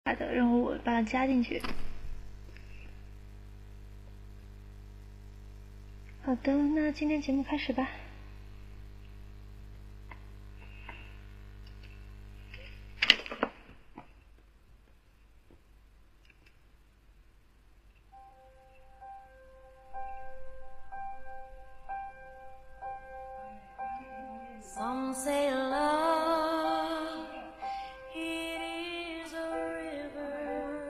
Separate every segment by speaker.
Speaker 1: 的，然后我把它加进去。好的，那今天节目开始吧。
Speaker 2: Some say love, it is a river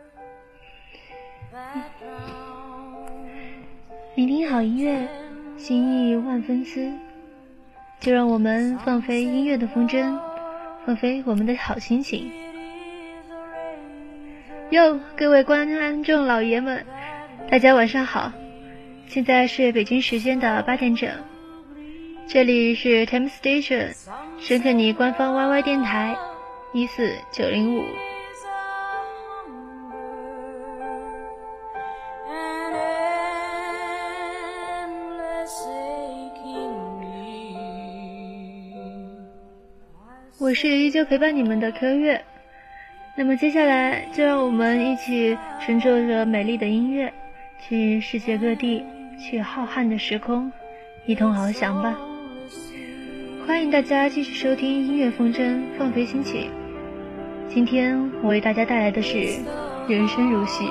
Speaker 2: that drowns.
Speaker 1: 聆听好音乐，心意万分丝。就让我们放飞音乐的风筝，放飞我们的好心情。哟，各位观众老爷们，大家晚上好！现在是北京时间的8点整。这里是 Time Station 深肯尼官方 YY 电台14905。我是依旧陪伴你们的柯月。那么接下来就让我们一起乘坐着美丽的音乐，去世界各地，去浩瀚的时空，一同翱翔吧。欢迎大家继续收听音乐风筝，放飞心情。今天我为大家带来的是人生如戏。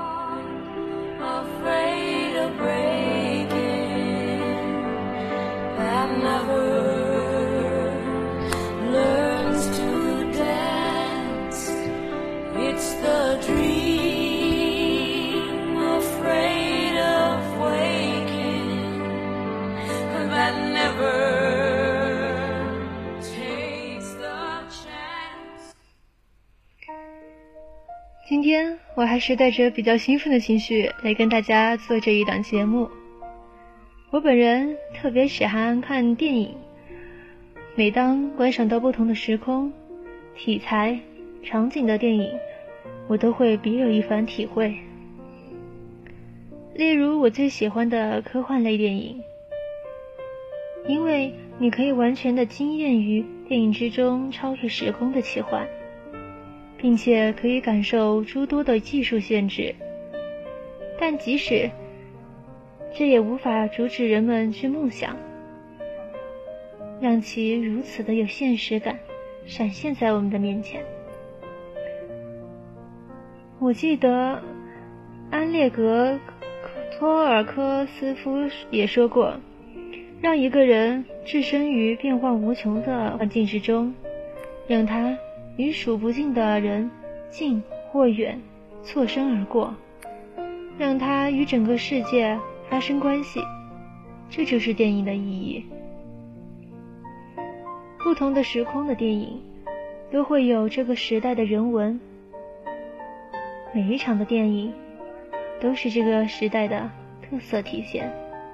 Speaker 1: 今天我还是带着比较兴奋的情绪来跟大家做这一档节目。我本人特别喜欢看电影，每当观赏到不同的时空、题材、场景的电影，我都会别有一番体会。例如我最喜欢的科幻类电影，因为你可以完全的惊艳于电影之中超越时空的奇幻，并且可以感受诸多的技术限制，但即使这也无法阻止人们去梦想，让其如此的有现实感闪现在我们的面前。我记得安列格托尔科斯夫也说过，让一个人置身于变幻无穷的环境之中，让他与数不尽的人近或远错身而过，让他与整个世界发生关系，这就是电影的意义。不同的时空的电影都会有这个时代的人文，每一场的电影都是这个时代的特色体现。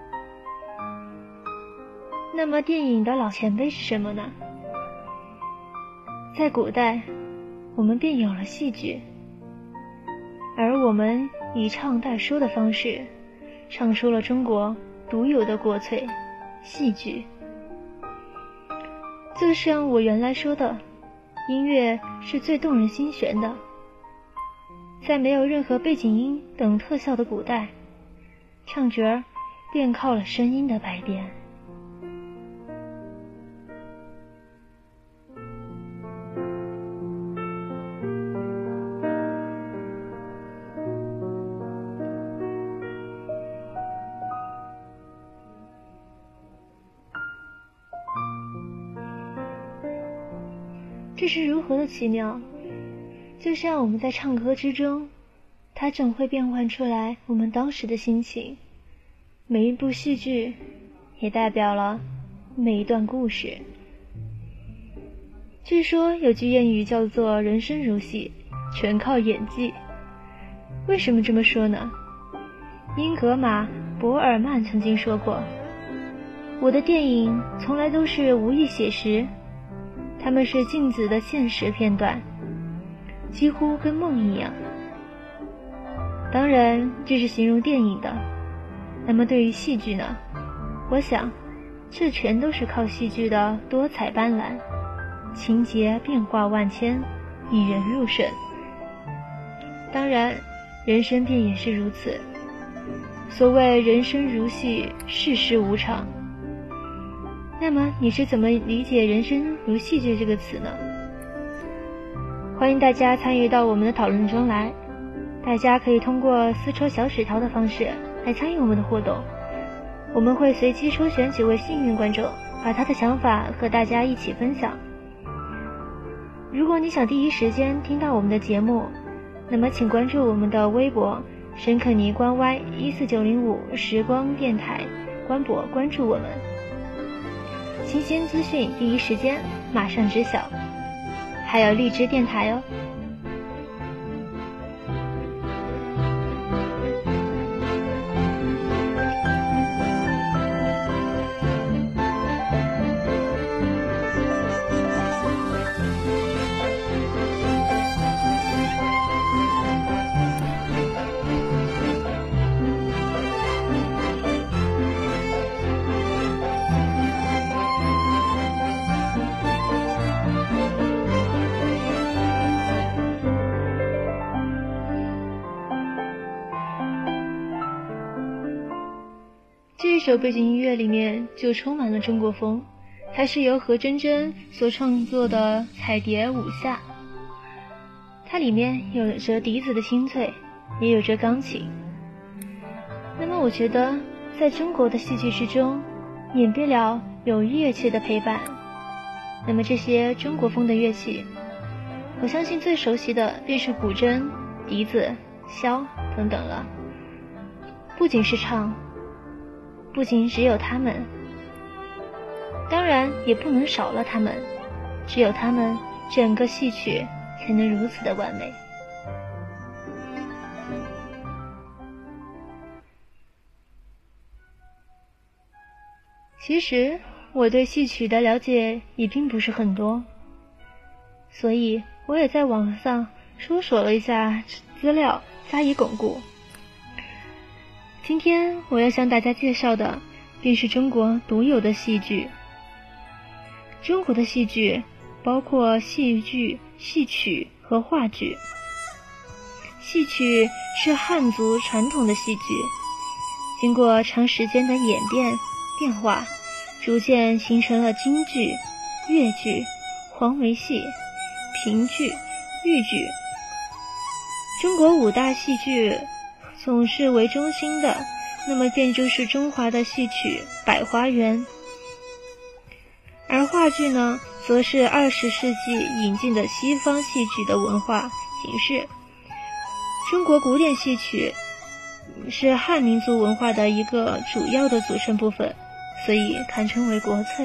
Speaker 1: 那么电影的老前辈是什么呢？在古代，我们便有了戏剧，而我们以唱代说的方式，唱出了中国独有的国粹——戏剧。就像我原来说的，音乐是最动人心弦的。在没有任何背景音等特效的古代，唱角儿便靠了声音的百变。这是如何的奇妙，就像我们在唱歌之中，它总会变换出来我们当时的心情。每一部戏剧也代表了每一段故事。据说有句谚语叫做人生如戏，全靠演技。为什么这么说呢？英格玛·博尔曼曾经说过，我的电影从来都是无意写实，它们是镜子的现实片段，几乎跟梦一样。当然这是形容电影的，那么对于戏剧呢？我想这全都是靠戏剧的多彩斑斓，情节变化万千，引人入胜。 当然，人生便也是如此。所谓人生如戏，世事无常。那么你是怎么理解人生如戏剧这个词呢？欢迎大家参与到我们的讨论中来，大家可以通过撕抽小纸条的方式来参与我们的互动，我们会随机抽选几位幸运观众，把他的想法和大家一起分享。如果你想第一时间听到我们的节目，那么请关注我们的微博沈可妮官 Y14905时光电台官博，关注我们，新鲜资讯第一时间马上知晓，还有荔枝电台哦。这首背景音乐里面就充满了中国风，它是由何真真所创作的彩蝶五夏，它里面有着笛子的清脆，也有着钢琴。那么我觉得在中国的戏剧之中，免不了有乐器的陪伴。那么这些中国风的乐器，我相信最熟悉的便是古筝、笛子、箫等等了。不仅是唱，不仅只有他们，当然也不能少了他们，只有他们，整个戏曲才能如此的完美。其实我对戏曲的了解也并不是很多，所以我也在网上搜索了一下资料，加以巩固。今天我要向大家介绍的便是中国独有的戏剧。中国的戏剧包括戏剧、戏曲和话剧。戏曲是汉族传统的戏剧，经过长时间的演变变化，逐渐形成了京剧、越剧、黄梅戏、评剧、豫剧。中国五大戏剧总是为中心的，那么便就是中华的戏曲百花园。而话剧呢，则是20世纪引进的西方戏曲的文化形式。中国古典戏曲是汉民族文化的一个主要的组成部分，所以堪称为国粹。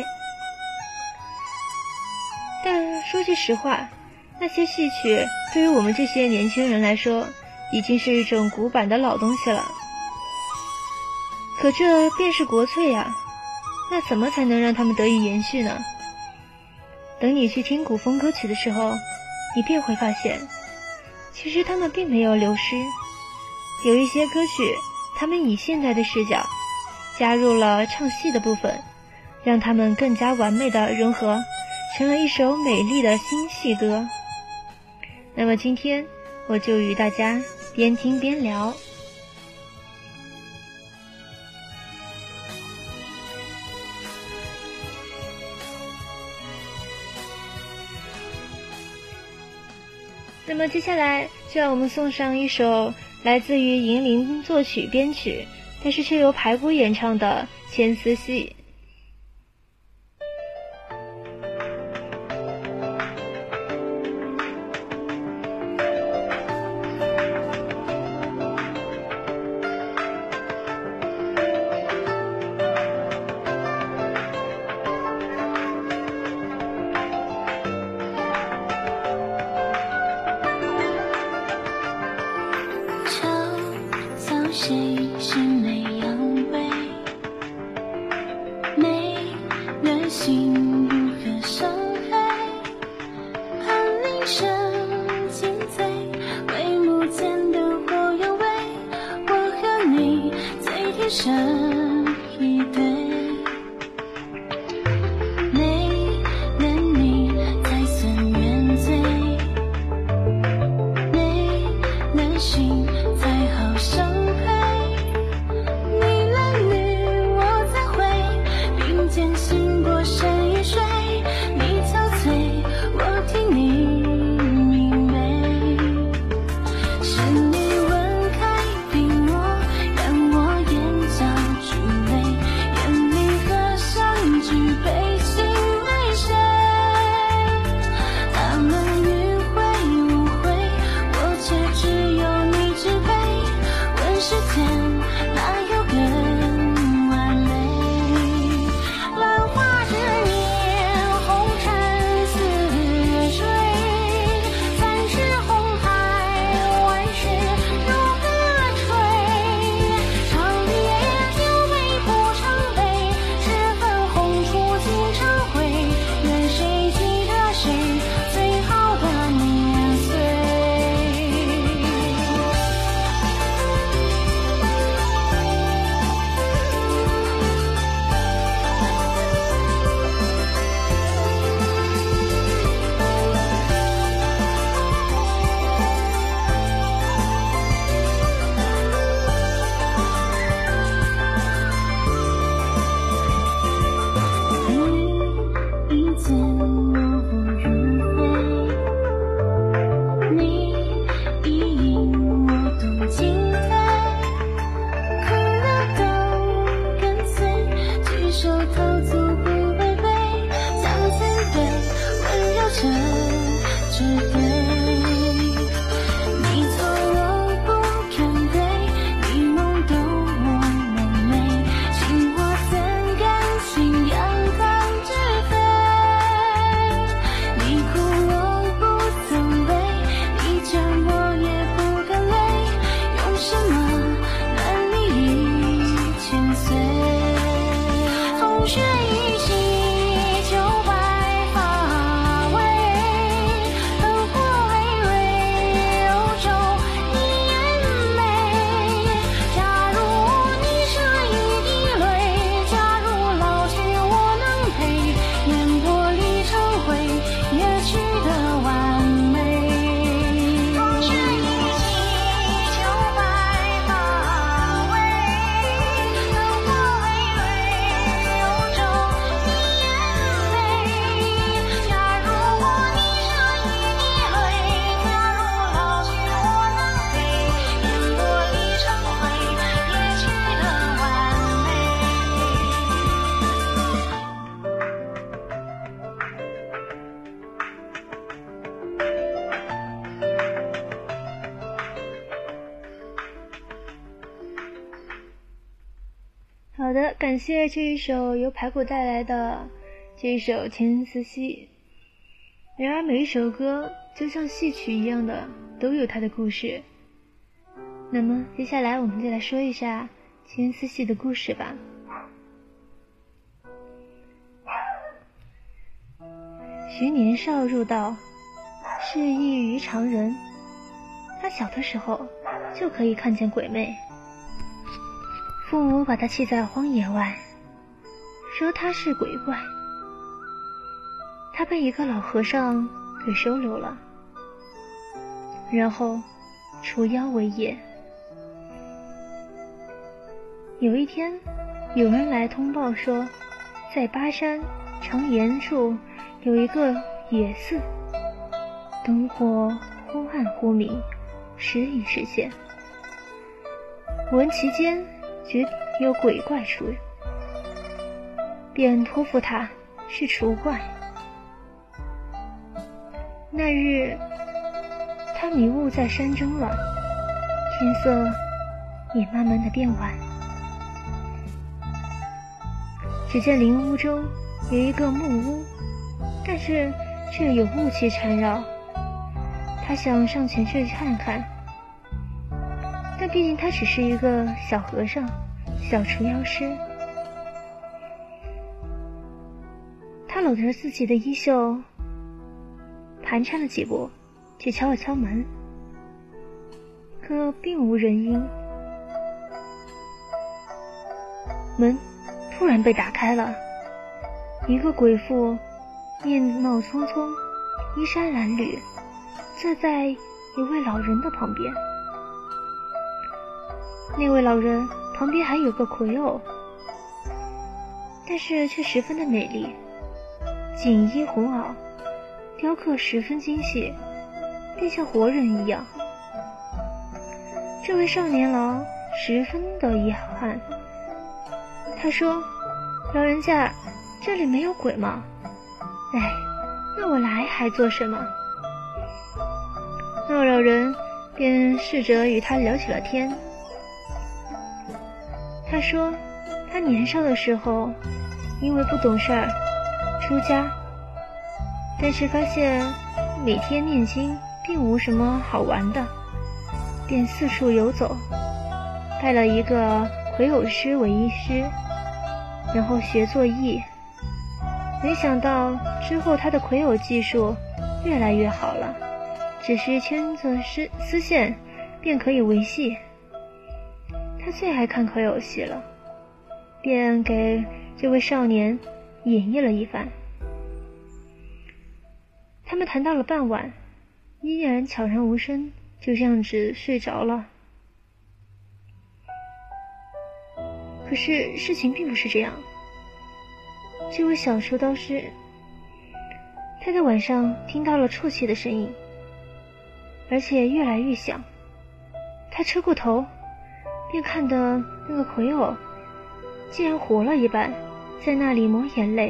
Speaker 1: 但说句实话，那些戏曲对于我们这些年轻人来说，已经是一种古板的老东西了。可这便是国粹呀，那怎么才能让他们得以延续呢？等你去听古风歌曲的时候，你便会发现，其实他们并没有流失。有一些歌曲，他们以现代的视角加入了唱戏的部分，让他们更加完美的融合，成了一首美丽的新戏歌。那么今天我就与大家边听边聊。那么接下来就让我们送上一首来自于银铃作曲编曲，但是却由排骨演唱的《牵丝戏》。
Speaker 2: 谁是美扬威？美人心如何伤害？盼铃声尽醉，帷幕间的火药味，我和你最天生一对。美人内心才好相配。你来与我再会，并肩行过山与水，你憔悴，我替你明媚。是你吻开笔墨，让我眼角珠泪，眼里合上举杯，心为谁？他们迂回无悔，我却只有你支配。问世间哪有更完美？兰花之年，红尘似水，三世红海，万世如歌吹。长夜酒杯不成杯，十分红烛尽成灰。愿谁记得谁最好的年岁。你一见落如灰，你一饮我动惊飞，苦乐都跟随，举手投足不违背，将千杯温柔这对。你错我不肯对，你懵懂我蒙昧，情我怎甘心扬帆直飞？你哭我不曾为，你倦我也不敢累，用什么暖你一千岁？风雪一袭，秋白发尾，灯火微微，柔皱你眼眉。假如你舍一滴泪，假如老去我能陪，烟波里成灰，也取得完美。风雪一袭，秋白发尾，灯火微微，柔皱你眼眉。假如你舍一滴泪，假如老去我能陪，烟波里成灰，也取得完
Speaker 1: 好的，感谢这一首由排骨带来的这一首《情人思兮》。然而每一首歌就像戏曲一样的，都有它的故事。那么接下来我们就来说一下《情人思兮》的故事吧。徐年少入道，是异于常人。他小的时候就可以看见鬼魅，父母把他弃在荒野外，说他是鬼怪。他被一个老和尚给收留了，然后除妖为业。有一天，有人来通报说，在巴山长岩处有一个野寺，灯火忽暗忽明，时隐时现。闻其间觉有鬼怪出入，便托付他去除怪。那日他迷雾在山中了，天色也慢慢的变晚。只见林屋中有一个木屋，但是却有雾气缠绕。他想上前去看看，但毕竟他只是一个小和尚，小除妖师。他搂着自己的衣袖，盘缠了几步，去敲了敲门，可并无人应。门突然被打开了，一个鬼妇面貌匆匆，衣衫褴褛，坐在一位老人的旁边。 那位老人旁边还有个魁偶，但是却十分的美丽，锦衣红袄，雕刻十分精细，便像活人一样。这位少年郎十分的遗憾，他说：“老人家，这里没有鬼吗？哎，那我来还做什么？”那老人便试着与他聊起了天。他说，他年少的时候因为不懂事儿出家，但是发现每天念经并无什么好玩的，便四处游走，拜了一个魁偶师为医师，然后学做艺。没想到之后他的魁偶技术越来越好了，只是牵着丝线便可以维系。他最爱看魁偶戏了，便给这位少年演绎了一番。他们谈到了傍晚，依然悄然无声，就这样子睡着了。可是事情并不是这样。这位小说道士，他在晚上听到了啜泣的声音，而且越来越响。他侧过头，便看得那个魁偶竟然活了一般，在那里抹眼泪。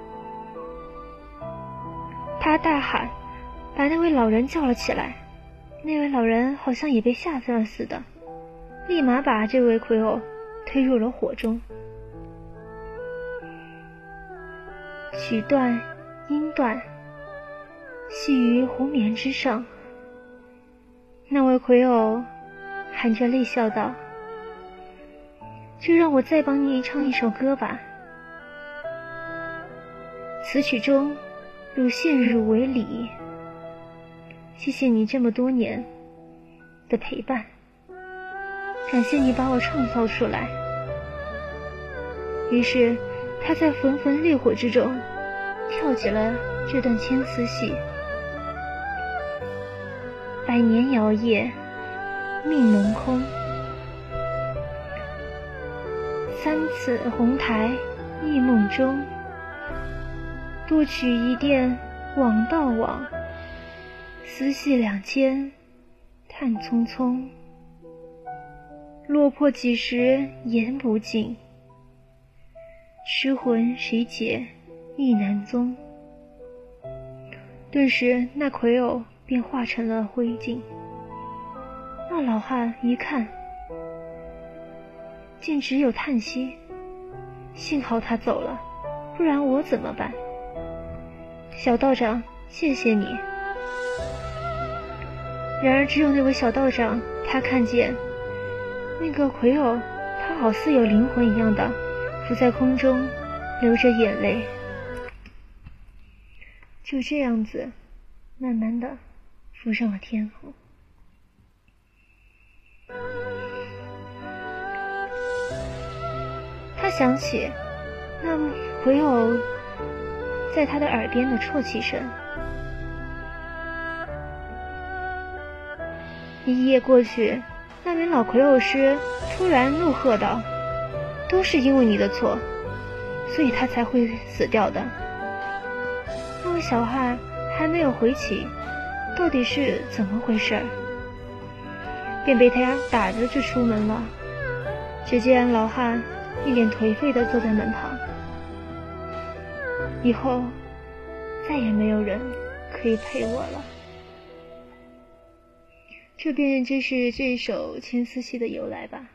Speaker 1: 他大喊，把那位老人叫了起来。那位老人好像也被吓了似的，立马把这位魁偶推入了火中。曲断音断，系于湖面之上。那位魁偶含着泪笑道：“就让我再帮你唱一首歌吧。此曲中有献汝为礼，谢谢你这么多年的陪伴，感谢你把我创造出来。”于是他在焚焚烈火之中跳起了这段牵丝戏。百年摇曳，命蒙空，三次红台忆梦中，多取一殿往道往，丝系2000叹匆匆，落魄几时言不尽，失魂谁解意难踪。顿时那魁偶便化成了灰烬。那老汉一看，竟只有叹息，幸好他走了，不然我怎么办？小道长，谢谢你。然而只有那位小道长，他看见那个魁偶，他好似有灵魂一样的浮在空中，流着眼泪。就这样子慢慢的浮上了天空。他想起那魁偶在他的耳边的啜泣声。一夜过去，那名老魁偶师突然怒喝道：“都是因为你的错，所以他才会死掉的。”那位小汉还没有回起到底是怎么回事，便被他打着就出门了。只见老汉一脸颓废地坐在门旁，以后再也没有人可以陪我了。这便就是这首牵丝戏的由来吧。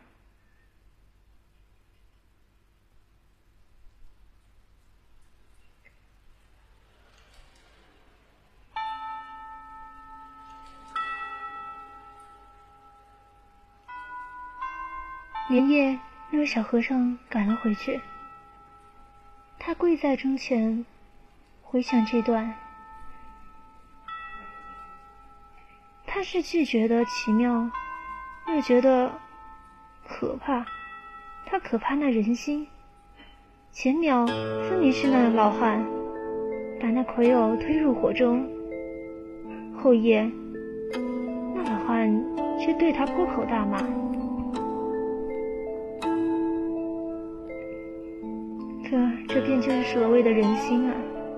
Speaker 1: 连夜，那位小和尚赶了回去，他跪在钟前，回想这段，他是既觉得奇妙，又觉得可怕。他可怕那人心，前秒分明是那老汉把那魁偶推入火中，后夜那老汉却对他破口大骂。 定就是所谓的人心啊。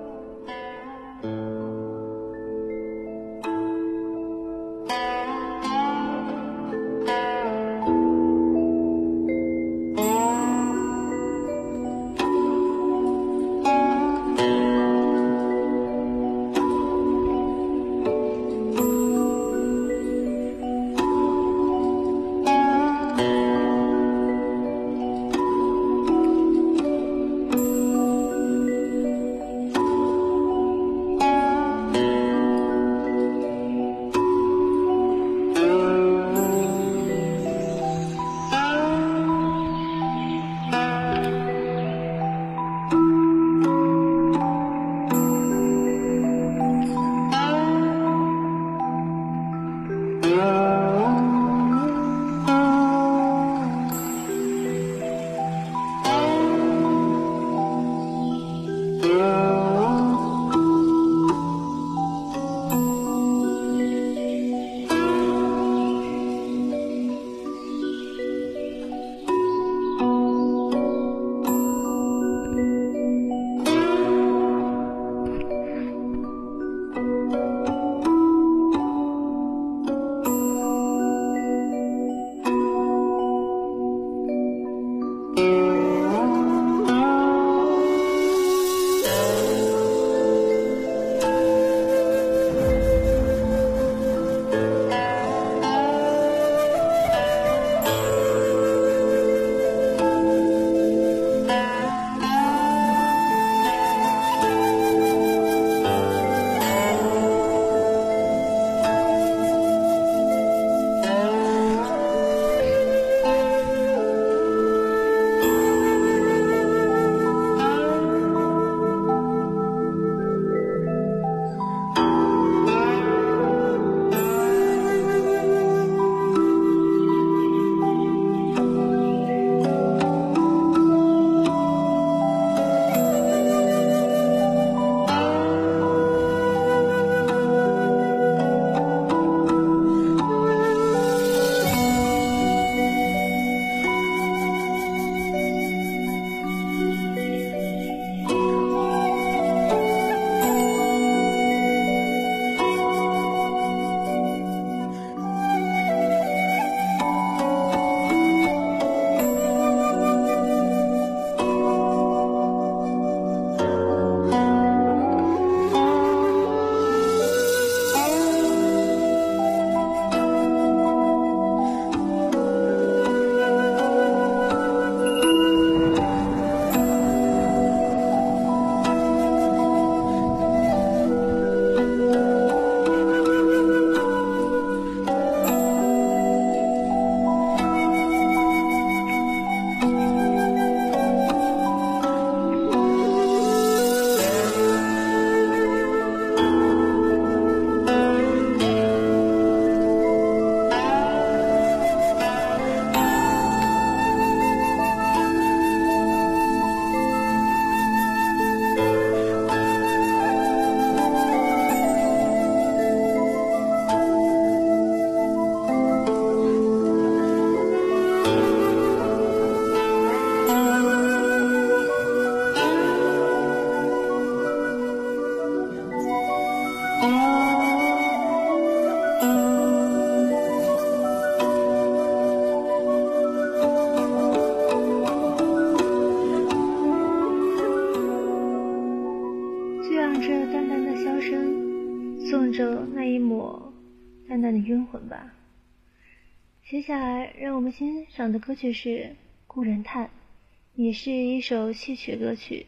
Speaker 1: 淡淡的冤魂吧。接下来让我们欣赏的歌曲是《故人叹》，也是一首戏曲歌曲。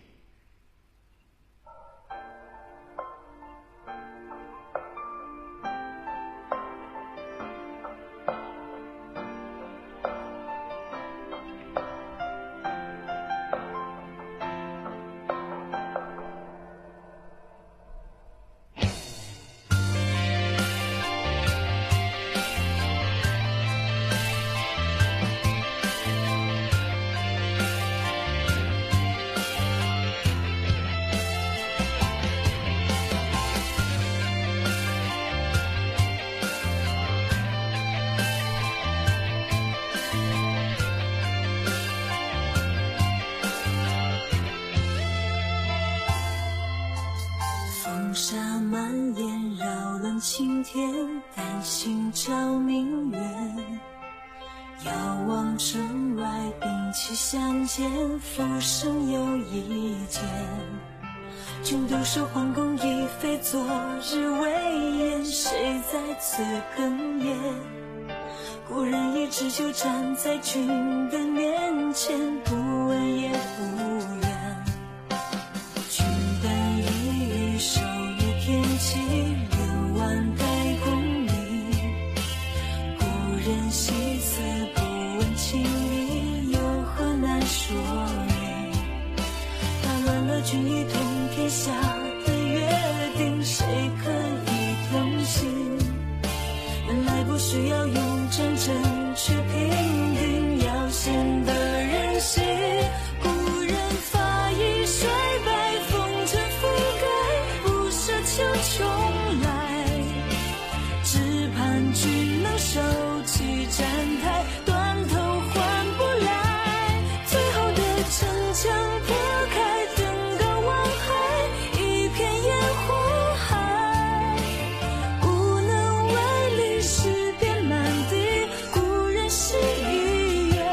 Speaker 2: 青天，丹心照明月。遥望城外，兵器相见，浮生又一见。君独守皇宫，亦非昨日威严，谁在此哽咽？故人一直就站在君的面前，不问也无言。君本一手一天气，连万代功名。故人西辞不问情理，有何难说明？打乱了君一统天下的约定，谁可以同行？原来不需要用真正去评定，要显得人心。故人发一衰白，风尘覆盖，不奢求重来。只盼君能收起站台，断头换不来。最后的城墙破开，登高望海，一片烟火海。无能为力，诗篇满地，故人是一月。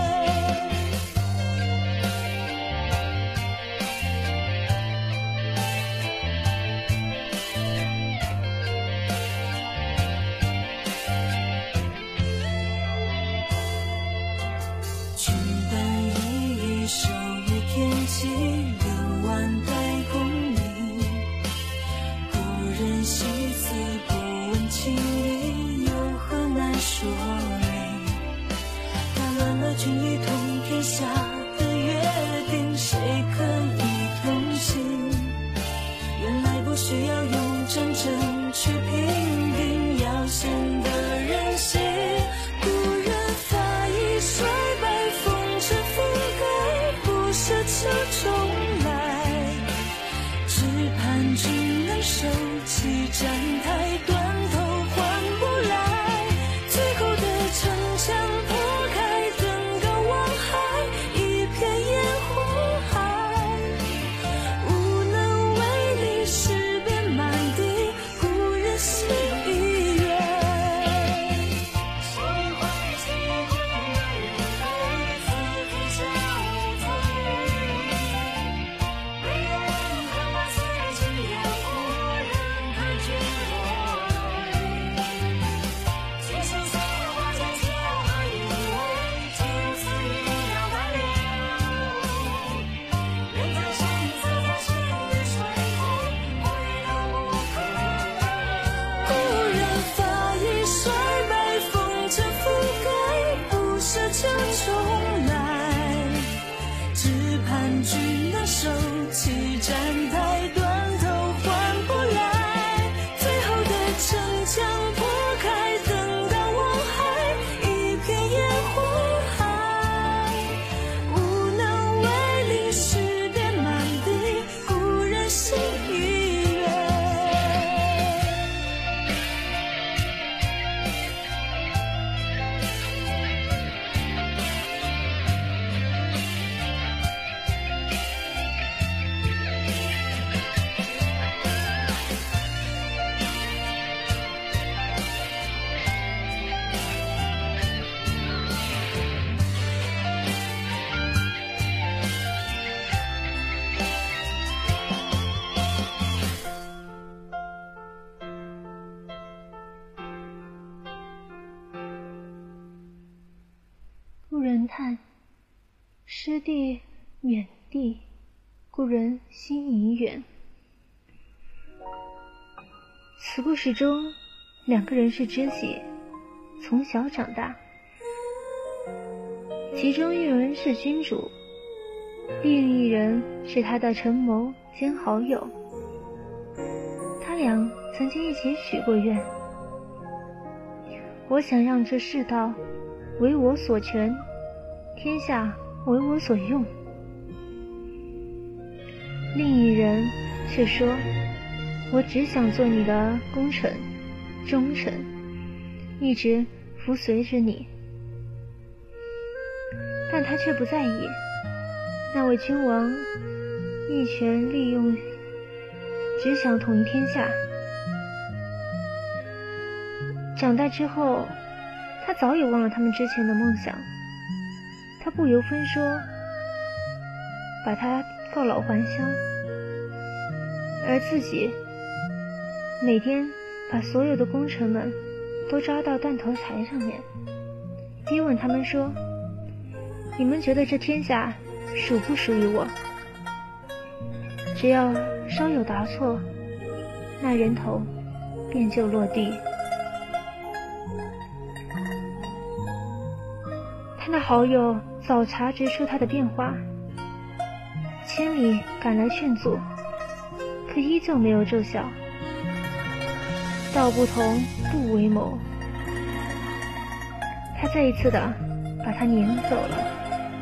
Speaker 2: 君本一手一天气，连万代功名。故人西辞不问情理，有何难说明？打乱了君一统天下的约定，谁可以同行？原来不需要用真正去评定，要显得人心。故人发一衰白，风尘覆盖，不奢求重来。只盼君能收起站台，断头换不来。最后的城墙破开，登高望海，一片烟火海。无能为力，诗篇满地，故人是一月。谁会记得每次天下无罪？为人何似今夜无人看君落泪？今生似花间天何以为？今次一了百了。人在身自在心与水空，回头无可留。故人发一衰白，风尘覆盖，不奢求重来。只盼君能收起站台，断头换不来。最后的城墙破开，登高望海，一片烟火海。无能为力，诗篇满地，故人是一月。
Speaker 1: 故人叹，失地远地，故人心已远。此故事中，两个人是知己，从小长大，其中一人是君主，另一人是他的臣谋兼好友。他俩曾经一起许过愿，我想让这世道为我所权，天下为我所用。另一人却说，我只想做你的功臣忠臣，一直服随着你。但他却不在意，那位君王一权利用，只想统一天下。 长大之后，他早已忘了他们之前的梦想。他不由分说把他告老还乡，而自己每天把所有的功臣们都抓到断头台上面，逼问他们说：你们觉得这天下属不属于我？只要稍有答错，那人头便就落地。他的好友早察觉出他的变化，千里赶来劝阻，可依旧没有奏效。道不同不为谋，他再一次的把他撵走了。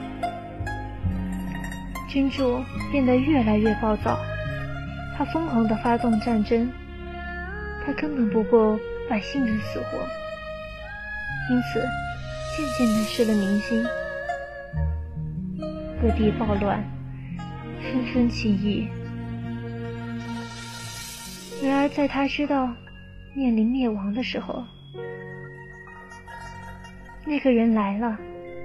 Speaker 1: 君主变得越来越暴躁，他疯狂地发动战争，他根本不顾百姓的死活，因此渐渐地失了民心，各地暴乱，纷纷起义。然而在他知道面临灭亡的时候，那个人来了。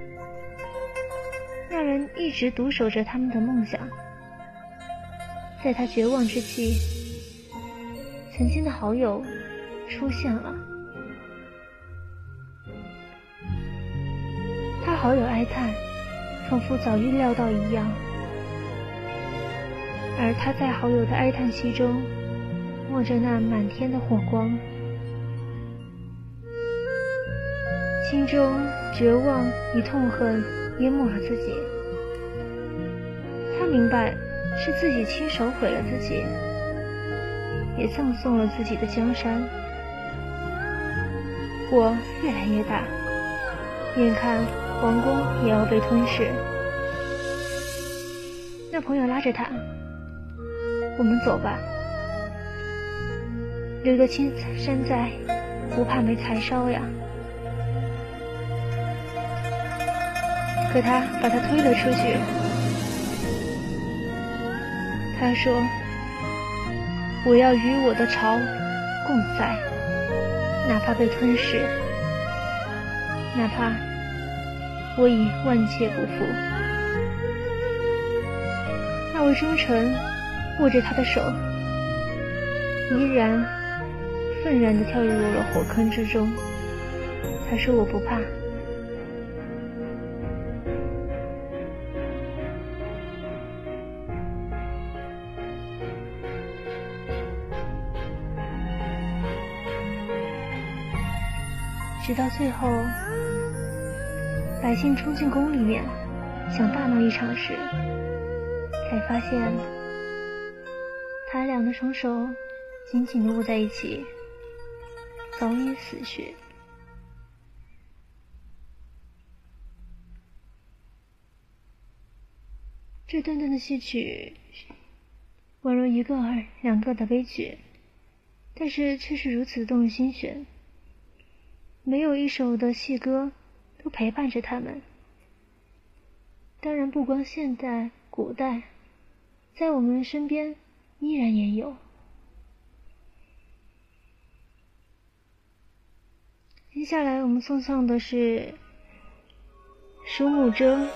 Speaker 1: 那人一直独守着他们的梦想，在他绝望之际，曾经的好友出现了。他好友哀叹，仿佛早预料到一样，而他在好友的哀叹气中望着那满天的火光，心中绝望与痛恨淹没了自己。他明白是自己亲手毁了自己，也葬送了自己的江山。火越来越大，眼看皇宫也要被吞噬。那朋友拉着他：我们走吧，留得青山在，不怕没柴烧呀。可他把他推了出去。他说：我要与我的巢共在，哪怕被吞噬，哪怕我已万劫不复。那位忠臣握着他的手，依然愤然地跳入了火坑之中。他说：我不怕。直到最后，百姓冲进宫里面，想大闹一场时，才发现他俩的双手紧紧地握在一起，早已死去。这段段的戏曲宛如一个两个的悲剧，但是却是如此动人心弦。没有一首的戏歌都陪伴着他们。当然不光现代古代，在我们身边依然也有。接下来我们送上的是舒慕遮。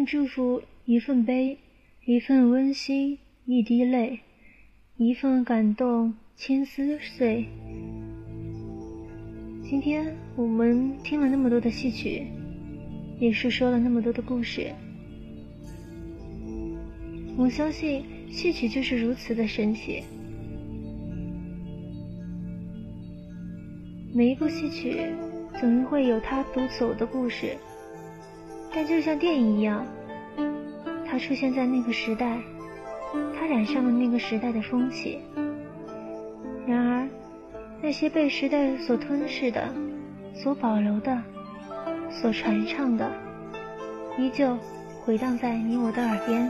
Speaker 1: 祝福，一份悲，一份温馨，一滴泪，一份感动，千丝碎。今天我们听了那么多的戏曲，也是说了那么多的故事。我相信戏曲就是如此的神奇。每一部戏曲总会有它独走的故事，但就像电影一样，它出现在那个时代，它染上了那个时代的风气。然而那些被时代所吞噬的，所保留的，所传唱的，依旧回荡在你我的耳边。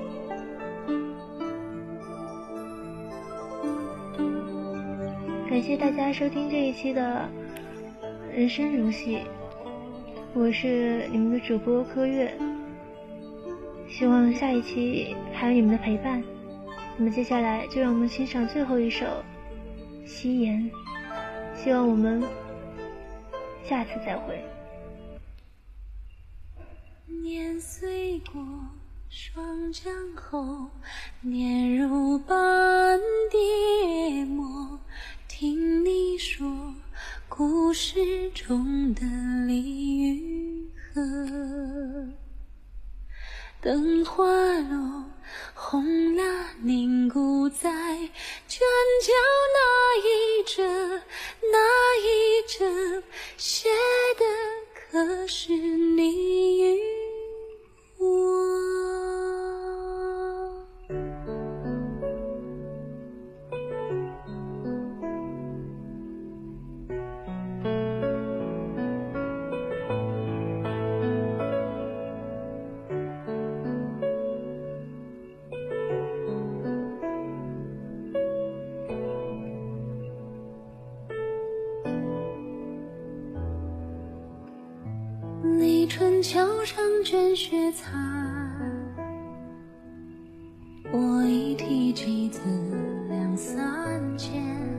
Speaker 1: 感谢大家收听这一期的人生如戏，我是你们的主播柯月，希望下一期还有你们的陪伴。那么接下来就让我们欣赏最后一首《夕颜》，希望我们下次再会。
Speaker 2: 年岁过双江后，年如斑蝶墨，听你说故事中的离与合。灯花落，红蜡凝固在转角那一折，那一折写的可是你与我。立春桥上卷雪残，我已提起自两三千。